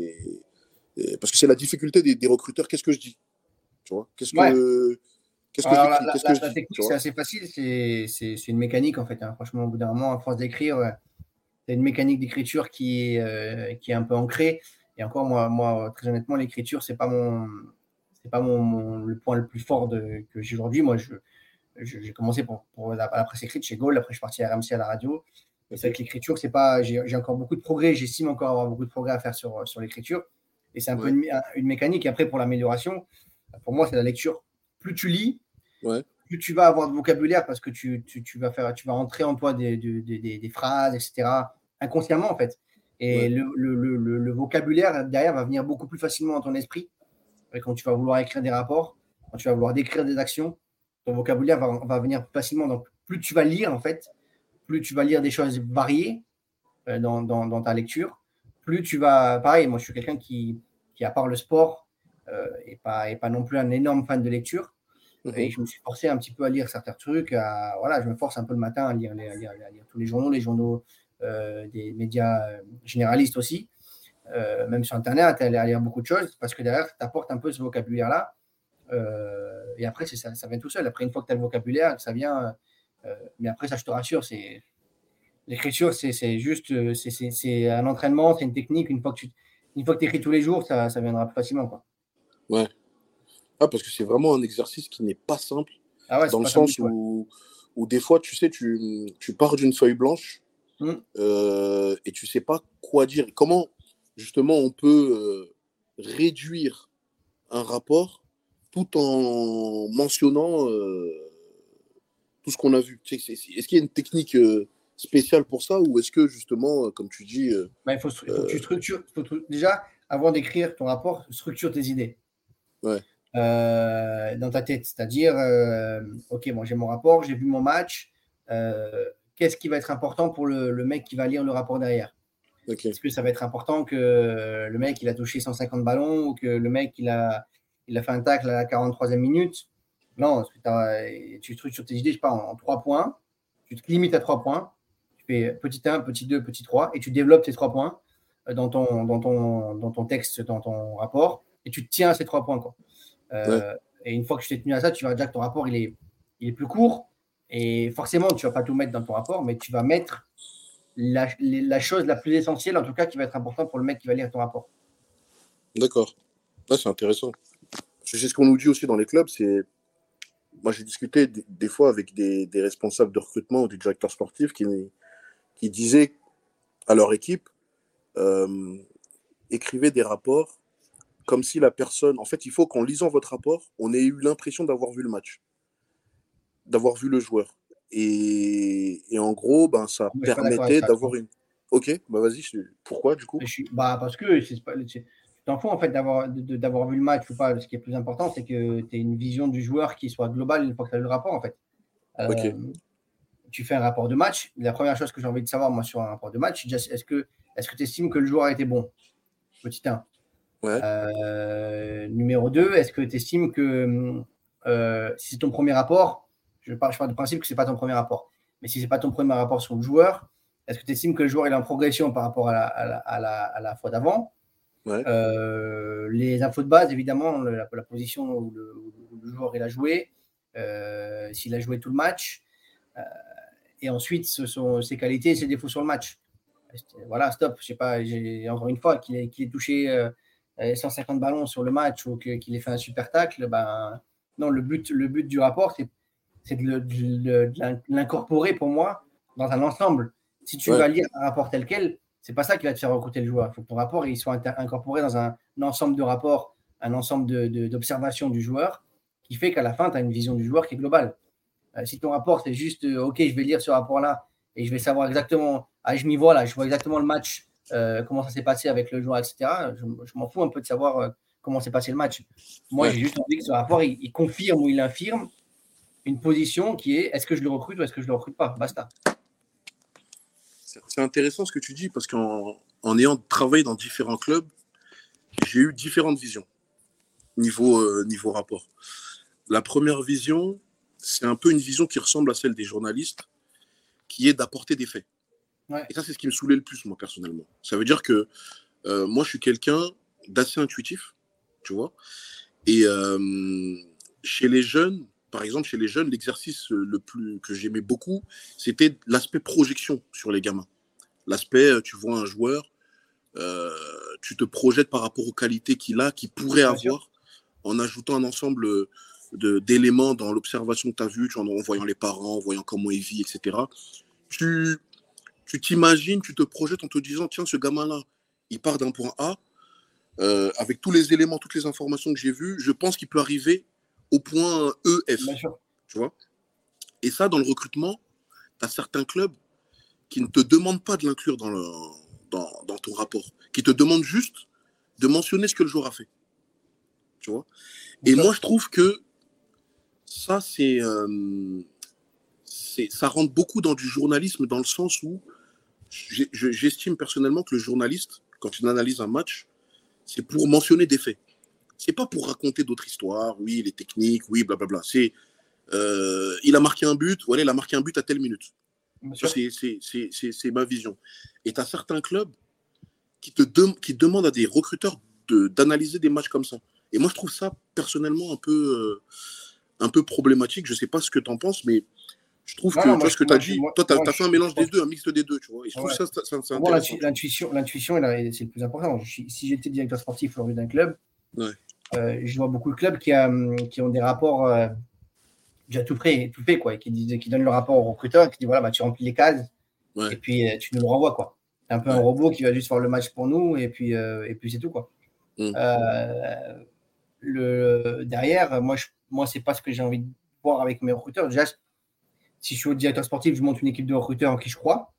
parce que c'est la difficulté des recruteurs. Qu'est-ce que je dis? Tu vois? Qu'est-ce Ouais. que Alors, j'écris? Qu'est-ce que je la dis? Tu technique, c'est vois? assez facile. C'est une mécanique, en fait, hein. Franchement, au bout d'un moment, à force d'écrire, c'est une mécanique d'écriture qui est un peu ancrée. Et encore, moi très honnêtement, l'écriture, c'est pas le point le plus fort que j'ai aujourd'hui. Moi, j'ai commencé pour la presse écrite chez Gaulle. Après, je suis parti à RMC à la radio. Et c'est Ok. vrai que l'écriture, c'est pas, j'ai encore beaucoup de progrès. J'estime encore avoir beaucoup de progrès à faire sur l'écriture. Et c'est un peu Ouais. une mécanique. Et après, pour l'amélioration, pour moi, c'est la lecture. Plus tu lis, Ouais. plus tu vas avoir de vocabulaire parce que tu vas rentrer en toi des phrases, etc., inconsciemment, en fait. Et Ouais. le vocabulaire derrière va venir beaucoup plus facilement dans ton esprit. Et quand tu vas vouloir écrire des rapports, quand tu vas vouloir décrire des actions, ton vocabulaire va venir facilement. Donc, plus tu vas lire, en fait, plus tu vas lire des choses variées dans ta lecture, plus tu vas. Pareil, moi, je suis quelqu'un qui à part le sport, et pas non plus un énorme fan de lecture. Et Mhm. je me suis forcé un petit peu à lire certains trucs. Voilà, je me force un peu le matin à lire, à lire tous les journaux des médias généralistes aussi, même sur Internet, à lire beaucoup de choses, parce que derrière, tu apportes un peu ce vocabulaire-là. Et après, ça vient tout seul. Après, une fois que tu as le vocabulaire, ça vient. Mais après, ça, je te rassure, l'écriture, c'est juste c'est un entraînement, c'est une technique. Une fois que tu écris tous les jours, ça viendra plus facilement, quoi. Ouais. Ah, parce que c'est vraiment un exercice qui n'est pas simple, Ah ouais, dans c'est le pas simple du sens tout. Ouais. où des fois, tu sais, tu pars d'une feuille blanche Mmh. et tu sais pas quoi dire. Comment, justement, on peut réduire un rapport tout en mentionnant tout ce qu'on a vu. Tu sais, est-ce qu'il y a une technique spéciale pour ça, ou est-ce que, justement, comme tu dis, Bah, il faut que tu structures. Déjà, avant d'écrire ton rapport, structure tes idées ouais, dans ta tête. C'est-à-dire, OK, bon, j'ai mon rapport, j'ai vu mon match. Qu'est-ce qui va être important pour le mec qui va lire le rapport derrière? ok, Est-ce que ça va être important que le mec il a touché 150 ballons ou que le mec il a fait un tacle à la 43e minute? Non, tu structures tes idées, je sais pas, en 3 points. Tu te limites à 3 points. Tu fais petit 1, petit 2, petit 3 et tu développes tes 3 points dans ton texte, dans ton rapport et tu te tiens à ces 3 points, quoi. ouais, Et une fois que tu t'es tenu à ça, tu vas dire que ton rapport il est plus court et forcément tu vas pas tout mettre dans ton rapport, mais tu vas mettre la chose la plus essentielle, en tout cas, qui va être importante pour le mec qui va lire ton rapport. d'accord. Ouais, c'est intéressant. Parce que c'est ce qu'on nous dit aussi dans les clubs. Moi, j'ai discuté des fois avec des responsables de recrutement ou des directeurs sportifs qui disaient à leur équipe, euh, écrivez des rapports comme si la personne. En fait, il faut qu'en lisant votre rapport, on ait eu l'impression d'avoir vu le match, d'avoir vu le joueur. Et en gros, ça Moi, je suis pas d'accord avec permettait ça, tu vois. d'avoir une. Ok, vas-y, pourquoi du coup? Parce que t'en fous en fait d'avoir vu le match ou pas. Ce qui est plus important, c'est que tu aies une vision du joueur qui soit globale une fois que tu as le rapport en fait. Ok. Tu fais un rapport de match. La première chose que j'ai envie de savoir, moi, sur un rapport de match, est-ce que tu estimes que le joueur a été bon? Petit 1. Ouais. Numéro 2, est-ce que tu estimes que si c'est ton premier rapport, je pars du principe que ce n'est pas ton premier rapport, mais si ce n'est pas ton premier rapport sur le joueur, est-ce que tu estimes que le joueur est en progression par rapport à la fois d'avant? Ouais. Les infos de base, évidemment, la position où le joueur il a joué, s'il a joué tout le match, et ensuite ses qualités et ses défauts sur le match. Voilà, stop. Je sais pas, encore une fois, qu'il ait touché 150 ballons sur le match ou qu'il ait fait un super tacle, ben, non, le but du rapport, c'est de l'incorporer pour moi dans un ensemble. Si tu vas lire un rapport tel quel, c'est pas ça qui va te faire recruter le joueur. Il faut que ton rapport il soit incorporé dans un ensemble de rapports, un ensemble d'observations du joueur qui fait qu'à la fin, tu as une vision du joueur qui est globale. Si ton rapport, c'est juste, OK, je vais lire ce rapport-là et je vais savoir exactement, je m'y vois là, je vois exactement le match, comment ça s'est passé avec le joueur, etc. Je m'en fous un peu de savoir comment s'est passé le match. Moi, j'ai juste envie que ce rapport, il confirme ou il infirme une position qui est est-ce que je le recrute ou est-ce que je le recrute pas? Basta. C'est intéressant ce que tu dis parce qu'en ayant travaillé dans différents clubs, j'ai eu différentes visions niveau rapport. La première vision, c'est un peu une vision qui ressemble à celle des journalistes, qui est d'apporter des faits. Ouais. Et ça, c'est ce qui me saoulait le plus, moi, personnellement. Ça veut dire que moi, je suis quelqu'un d'assez intuitif, tu vois. Et chez les jeunes, par exemple, l'exercice le plus que j'aimais beaucoup, c'était l'aspect projection sur les gamins. L'aspect, tu vois un joueur, tu te projettes par rapport aux qualités qu'il a, qu'il pourrait avoir, en ajoutant un ensemble d'éléments dans l'observation que tu as vue, en voyant les parents, en voyant comment il vit, etc. Tu t'imagines, tu te projettes en te disant, tiens, ce gamin-là, il part d'un point A, avec tous les éléments, toutes les informations que j'ai vues, je pense qu'il peut arriver au point EF. Tu vois. Et ça, dans le recrutement, tu as certains clubs qui ne te demandent pas de l'inclure dans ton rapport, qui te demandent juste de mentionner ce que le joueur a fait. Tu vois. Et moi, je trouve que ça, ça rentre beaucoup dans du journalisme, dans le sens où j'estime personnellement que le journaliste, quand il analyse un match, c'est pour mentionner des faits. C'est pas pour raconter d'autres histoires, oui, les techniques, oui, blablabla. C'est il a marqué un but, voilà, il a marqué un but à telle minute. C'est ma vision. Et tu as certains clubs qui demandent à des recruteurs d'analyser des matchs comme ça. Et moi, je trouve ça personnellement un peu problématique. Je sais pas ce que tu en penses, mais je trouve que tu vois ce que tu as dit. Toi, tu as fait un mélange des deux, un mix des deux. Tu vois. Et je trouve ça c'est intéressant. Bon, l'intuition, c'est le plus important. Si j'étais directeur sportif au lieu d'un club, je vois beaucoup de clubs qui ont des rapports déjà tout fait quoi, qui donnent le rapport au recruteur, qui dit voilà, bah, tu remplis les cases et puis tu nous le renvoies quoi. C'est un peu un robot qui va juste faire le match pour nous et puis c'est tout quoi. Derrière, moi c'est pas ce que j'ai envie de voir avec mes recruteurs. Déjà, si je suis au directeur sportif, je monte une équipe de recruteurs en qui je crois,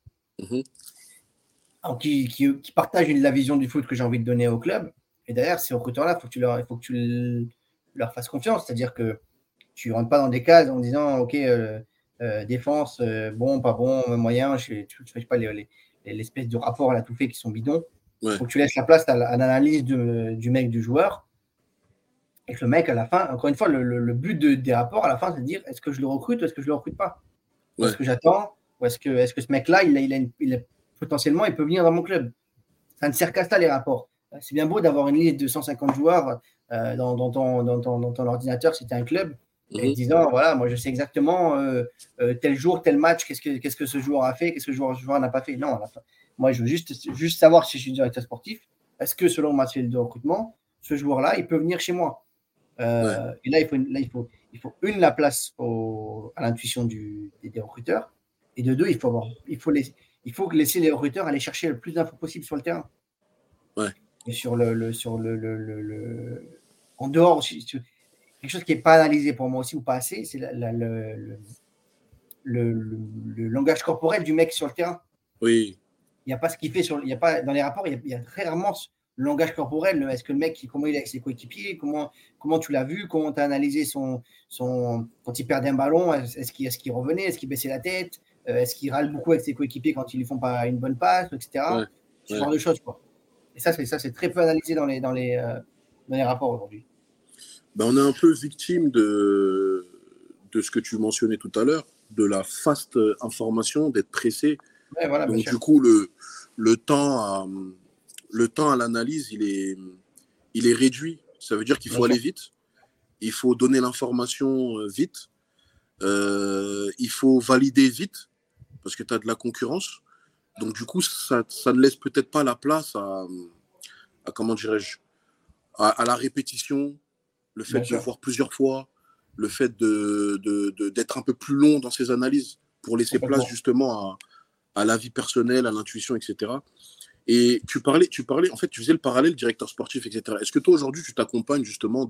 qui partagent la vision du foot que j'ai envie de donner au club. Et derrière, ces recruteurs-là, il faut que tu leur fasses confiance. C'est-à-dire que tu ne rentres pas dans des cases en disant OK, défense, bon, pas bon, moyen. Tu ne fais pas l'espèce de rapport à la tout fait qui sont bidons. Il faut que tu laisses la place à l'analyse du mec, du joueur. Et que le mec, à la fin, encore une fois, le but des rapports, à la fin, c'est de dire est-ce que je le recrute ou est-ce que je ne le recrute pas? Est-ce que j'attends? Ou est-ce que ce mec-là, potentiellement, il peut venir dans mon club? Ça ne sert qu'à ça, les rapports. C'est bien beau d'avoir une liste de 150 joueurs dans ton ordinateur si tu as un club, et disant voilà, moi je sais exactement tel jour, tel match, qu'est-ce que ce joueur a fait, qu'est-ce que ce joueur n'a pas fait. Non, moi je veux juste savoir si je suis directeur sportif, est-ce que selon ma cellule de recrutement, ce joueur-là, il peut venir chez moi? Et là, il faut la place à l'intuition des recruteurs, et de deux, il faut laisser les recruteurs aller chercher le plus d'infos possible sur le terrain. Et en dehors aussi, quelque chose qui n'est pas analysé pour moi aussi ou pas assez, c'est le langage corporel du mec sur le terrain. Oui. Il n'y a pas ce qu'il fait dans les rapports, il y a très rarement le langage corporel. Est-ce que le mec, comment il est avec ses coéquipiers, comment tu l'as vu, comment tu as analysé quand il perdait un ballon, est-ce qu'il revenait, est-ce qu'il baissait la tête, est-ce qu'il râle beaucoup avec ses coéquipiers quand ils lui font pas une bonne passe, etc. Ce genre de choses, quoi. Et ça, c'est très peu analysé dans les rapports aujourd'hui. Ben, on est un peu victime de ce que tu mentionnais tout à l'heure, de la fast information, d'être pressé. Ouais, voilà, donc, du coup, le temps à l'analyse, il est réduit. Ça veut dire qu'il faut aller vite. Il faut donner l'information vite. Il faut valider vite parce que tu as de la concurrence. Donc, du coup, ça ne laisse peut-être pas la place à comment dirais-je, à la répétition, le fait de voir plusieurs fois, le fait d'être un peu plus long dans ses analyses pour laisser place justement à la vie personnelle, à l'intuition, etc. Et tu parlais, en fait, tu faisais le parallèle directeur sportif, etc. Est-ce que toi, aujourd'hui, tu t'accompagnes justement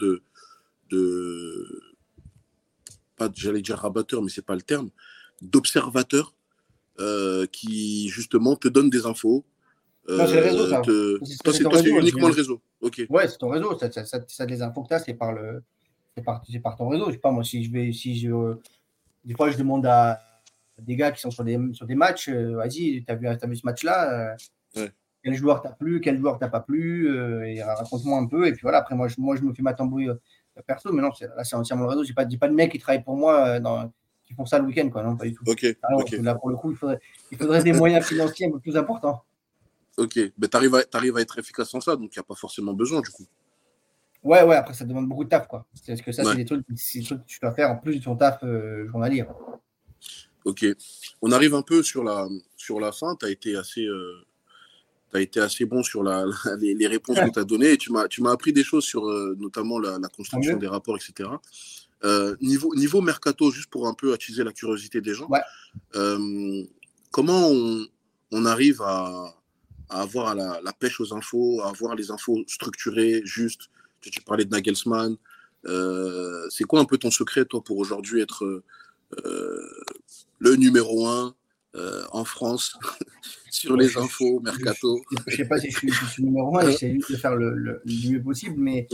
pas, j'allais dire rabatteur, mais c'est pas le terme, d'observateurs qui, justement, te donnent des infos. Non, c'est le réseau, ça. Toi, c'est uniquement le réseau. Ok. Ouais, c'est ton réseau. Ça des infos que tu as, c'est par ton réseau. Je sais pas, moi, des fois, je demande à des gars qui sont sur des matchs, vas-y, t'as vu ce match-là, quel joueur t'as plu, quel joueur t'as pas plu, et raconte-moi un peu. Et puis voilà, après, moi, je me fais ma tambouille perso, mais non, là, c'est entièrement le réseau. J'ai pas de mecs qui travaillent pour moi, qui font ça le week-end, quoi. Non, pas du tout. Ok. Là, pour le coup, il faudrait des moyens financiers un peu plus importants. Ok, mais t'arrives à être efficace sans ça, donc il n'y a pas forcément besoin, du coup. Ouais, après, ça demande beaucoup de taf, quoi. Parce que ça, c'est des trucs que tu dois faire en plus de ton taf journalier. Ok. On arrive un peu sur la fin. Tu as été assez bon sur les réponses que tu as données et tu m'as appris des choses sur notamment la construction des rapports, etc. Niveau mercato, juste pour un peu attiser la curiosité des gens, comment on arrive à avoir la pêche aux infos, à avoir les infos structurées, justes? Tu parlais de Nagelsmann. C'est quoi un peu ton secret, toi, pour aujourd'hui être le numéro 1 en France sur les infos, mercato? Je sais pas si je suis numéro 1, j'essaie juste de faire le mieux possible, mais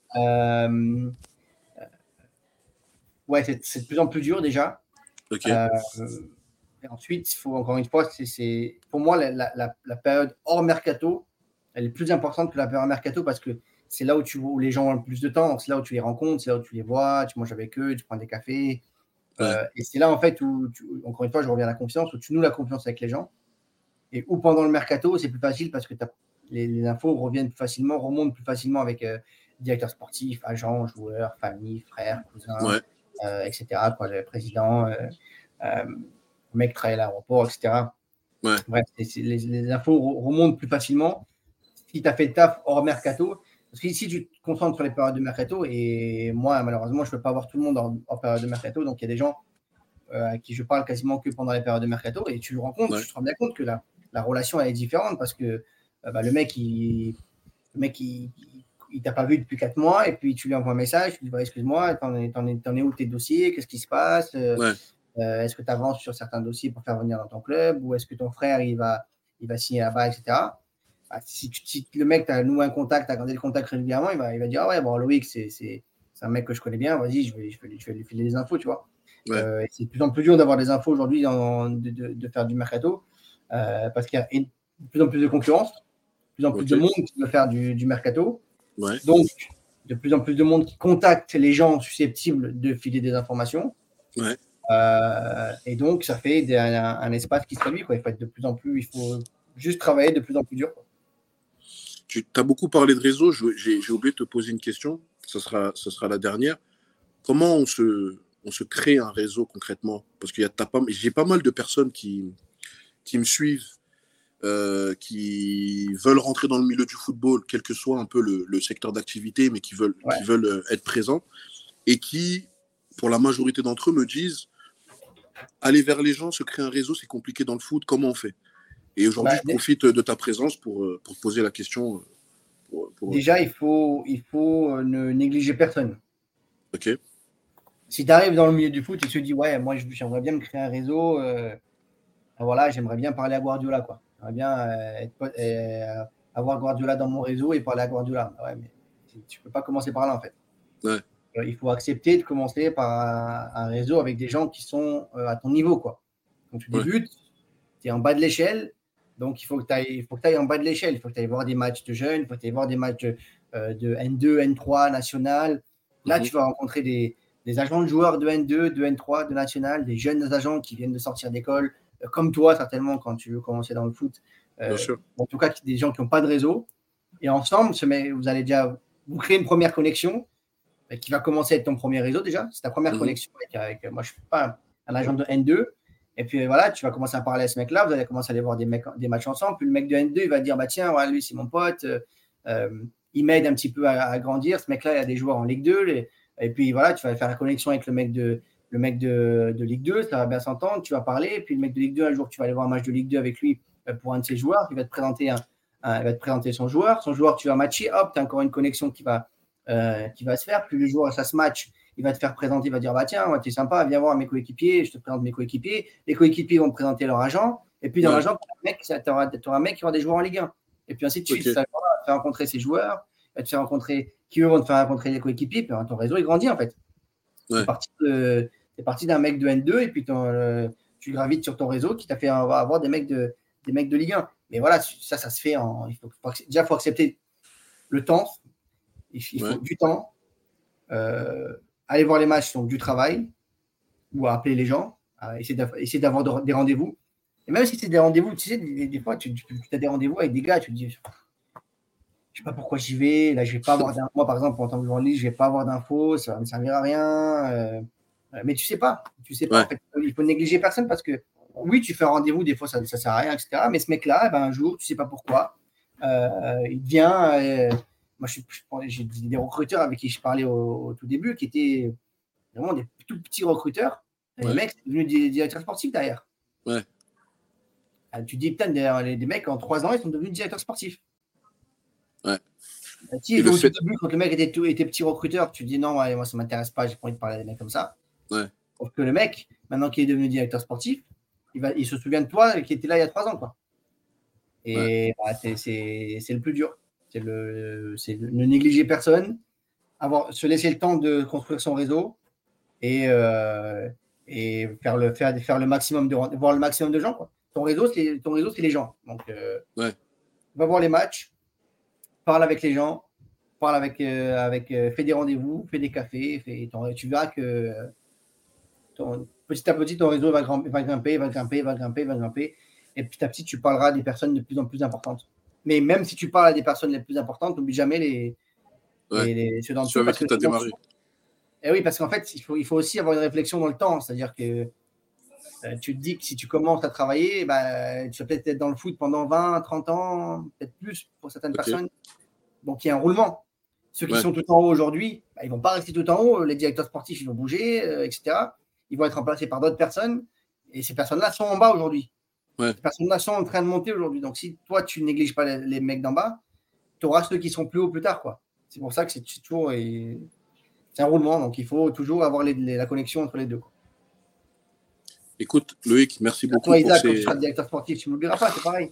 c'est de plus en plus dur déjà. Okay. Et ensuite, il faut encore une fois, pour moi, la période hors mercato, elle est plus importante que la période mercato parce que c'est là où les gens ont le plus de temps, c'est là où tu les rencontres, c'est là où tu les vois, tu manges avec eux, tu prends des cafés. Et c'est là, en fait, où, encore une fois, je reviens à la confiance, où tu noues la confiance avec les gens. Et où pendant le mercato, c'est plus facile parce que les infos reviennent plus facilement, remontent plus facilement avec directeur sportif, agent, joueur, famille, frère, cousin, etc., quoi, le président, le mec qui travaille à l'aéroport, etc. Bref, les infos remontent plus facilement si tu as fait le taf hors mercato. Parce que si tu te concentres sur les périodes de mercato, et moi, malheureusement, je ne peux pas voir tout le monde en période de mercato, donc il y a des gens à qui je parle quasiment que pendant les périodes de mercato, et tu te rends bien compte que la relation elle est différente parce que le mec, il t'a pas vu depuis 4 mois, et puis tu lui envoies un message, tu lui dis excuse-moi, t'en es où tes dossiers, qu'est-ce qui se passe, est-ce que tu avances sur certains dossiers pour faire venir dans ton club, ou est-ce que ton frère il va signer là-bas, etc. Si le mec t'a noué un contact, t'as gardé le contact régulièrement, il va dire ah ouais, bon, Loïc, c'est un mec que je connais bien, vas-y, je vais lui filer des infos, tu vois. C'est de plus en plus dur d'avoir des infos aujourd'hui, de faire du mercato, parce qu'il y a de plus en plus de concurrence, de plus en plus de monde qui veut faire du mercato. Donc, de plus en plus de monde qui contacte les gens susceptibles de filer des informations. Et donc, ça fait un espace qui se réduit, quoi. Il faut juste travailler de plus en plus dur, quoi. Tu as beaucoup parlé de réseau. J'ai oublié de te poser une question. Ce sera la dernière. Comment on se crée un réseau concrètement? Parce que j'ai pas mal de personnes qui me suivent, qui veulent rentrer dans le milieu du football, quel que soit un peu le secteur d'activité, mais qui veulent être présents, et qui, pour la majorité d'entre eux, me disent aller vers les gens, se créer un réseau, c'est compliqué dans le foot, comment on fait? Et aujourd'hui, je profite de ta présence pour poser la question. Déjà, il faut ne négliger personne. Ok. Si tu arrives dans le milieu du foot et tu te dis ouais, moi j'aimerais bien me créer un réseau, voilà, j'aimerais bien parler à Guardiola, quoi. J'aimerais bien avoir Guardiola dans mon réseau et parler à Guardiola. Ouais, mais tu peux pas commencer par là, en fait. Ouais. Il faut accepter de commencer par un réseau avec des gens qui sont à ton niveau, quoi. Quand tu débutes, tu es en bas de l'échelle, donc il faut que tu ailles en bas de l'échelle. Il faut que tu ailles voir des matchs de jeunes, il faut que tu ailles voir des matchs de N2, N3, national. Là, tu vas rencontrer des agents de joueurs de N2, de N3, de national, des jeunes agents qui viennent de sortir d'école, comme toi, certainement, quand tu veux commencer dans le foot. Bien sûr. En tout cas, des gens qui n'ont pas de réseau. Et ensemble, vous allez déjà vous créer une première connexion qui va commencer à être ton premier réseau déjà. C'est ta première connexion avec moi, je ne suis pas un agent de N2. Et puis voilà, tu vas commencer à parler à ce mec-là, vous allez commencer à aller voir des matchs ensemble. Puis le mec de N2, il va dire bah, tiens, ouais, lui, c'est mon pote, il m'aide un petit peu à grandir. Ce mec-là, il a des joueurs en Ligue 2. Et puis voilà, tu vas faire la connexion avec le mec de Ligue 2, ça va bien s'entendre, tu vas parler. Et puis le mec de Ligue 2, un jour, tu vas aller voir un match de Ligue 2 avec lui pour un de ses joueurs, il va te présenter son joueur. Son joueur, tu vas matcher, hop, tu as encore une connexion qui va se faire. Puis le jour où ça se match, il va te faire présenter, il va dire bah tiens, t'es sympa, viens voir mes coéquipiers, je te présente mes coéquipiers. Les coéquipiers vont te présenter leur agent, et puis dans l'agent, tu auras un mec qui aura des joueurs en Ligue 1. Et puis ainsi de suite, ça va te faire rencontrer ses joueurs, va te faire rencontrer qui eux vont te faire rencontrer les coéquipiers, puis ton réseau il grandit en fait. T'es parti d'un mec de N2 et puis tu gravites sur ton réseau qui t'a fait avoir des mecs de Ligue 1. Mais voilà, ça se fait déjà il faut accepter le temps. Il faut du temps. Aller voir les matchs, donc du travail, ou appeler les gens, essayer d'avoir des rendez-vous. Et même si c'est des rendez-vous, tu sais, des fois, tu as des rendez-vous avec des gars, tu te dis, je ne sais pas pourquoi j'y vais. Là, je vais pas avoir d'infos. Moi, par exemple, en tant que journaliste, je ne vais pas avoir d'infos, ça ne me servira à rien. Mais tu ne sais pas. En fait, il faut négliger personne parce que, oui, tu fais un rendez-vous, des fois, ça ne sert à rien, etc. Mais ce mec-là, un jour, tu ne sais pas pourquoi, il vient. Moi, j'ai des recruteurs avec qui je parlais au tout début qui étaient vraiment des tout petits recruteurs. Et les mecs, c'est devenu des directeurs sportifs derrière. Tu dis, putain, des mecs, en 3 ans, ils sont devenus directeurs sportifs. Quand le mec était petit recruteur, tu dis, non, moi, ça ne m'intéresse pas, j'ai pas envie de parler à des mecs comme ça. Sauf que le mec, maintenant qu'il est devenu directeur sportif, il se souvient de toi qui était là il y a 3 ans. Quoi. Et c'est le plus dur. C'est ne négliger personne, se laisser le temps de construire son réseau et faire le maximum voir le maximum de gens. Quoi. Ton réseau, c'est les gens. Donc, va voir les matchs, parle avec les gens, fais des rendez-vous, fais des cafés, tu verras que petit à petit, ton réseau va grimper. Et petit à petit, tu parleras à des personnes de plus en plus importantes. Mais même si tu parles à des personnes les plus importantes, n'oublie jamais ceux dans le avec qui tu as démarré. Et oui, parce qu'en fait, il faut aussi avoir une réflexion dans le temps. C'est-à-dire que tu te dis que si tu commences à travailler, tu vas peut-être être dans le foot pendant 20, 30 ans, peut-être plus pour certaines personnes. Donc, il y a un roulement. Ceux qui sont tout en haut aujourd'hui, ils ne vont pas rester tout en haut. Les directeurs sportifs, ils vont bouger, etc. Ils vont être remplacés par d'autres personnes. Et ces personnes-là sont en bas aujourd'hui. Ces personnes-là sont en train de monter aujourd'hui. Donc, si toi, tu ne négliges pas les mecs d'en bas, tu auras ceux qui sont plus hauts plus tard. Quoi. C'est pour ça que c'est toujours c'est un roulement. Donc, il faut toujours avoir la connexion entre les deux. Quoi. Écoute, Loïc, merci beaucoup. Toi, Isaac, quand tu seras directeur sportif, tu ne m'oublieras pas, c'est pareil.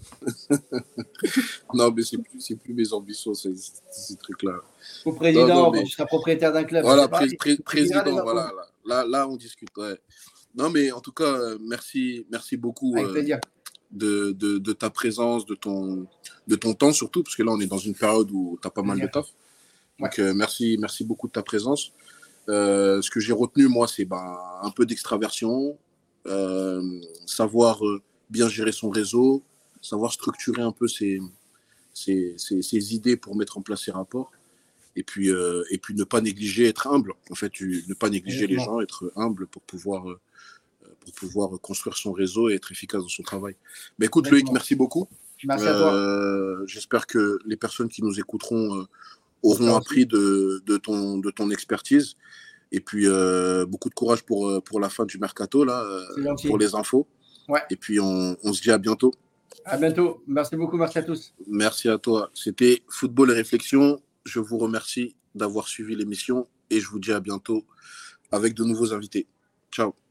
Non, mais c'est plus mes ambitions, ces trucs-là. Au président, quand tu seras propriétaire d'un club. Voilà, président, voilà. Là, on discute. Ouais. Non, mais en tout cas, merci beaucoup de ta présence, de ton temps surtout, parce que là, on est dans une période où tu as pas mal de taf. Donc, merci beaucoup de ta présence. Ce que j'ai retenu, moi, c'est un peu d'extraversion, savoir bien gérer son réseau, savoir structurer un peu ses idées pour mettre en place ses rapports. Et puis ne pas négliger, être humble. En fait, ne pas négliger les gens, être humble pour pouvoir construire son réseau et être efficace dans son travail. Mais écoute, Loïc, merci beaucoup. Merci à toi. J'espère que les personnes qui nous écouteront auront appris de ton expertise. Et puis, beaucoup de courage pour la fin du mercato, là, pour les infos. Ouais. Et puis, on se dit à bientôt. À bientôt. Merci beaucoup. Merci à tous. Merci à toi. C'était Football et Réflexion. Je vous remercie d'avoir suivi l'émission et je vous dis à bientôt avec de nouveaux invités. Ciao.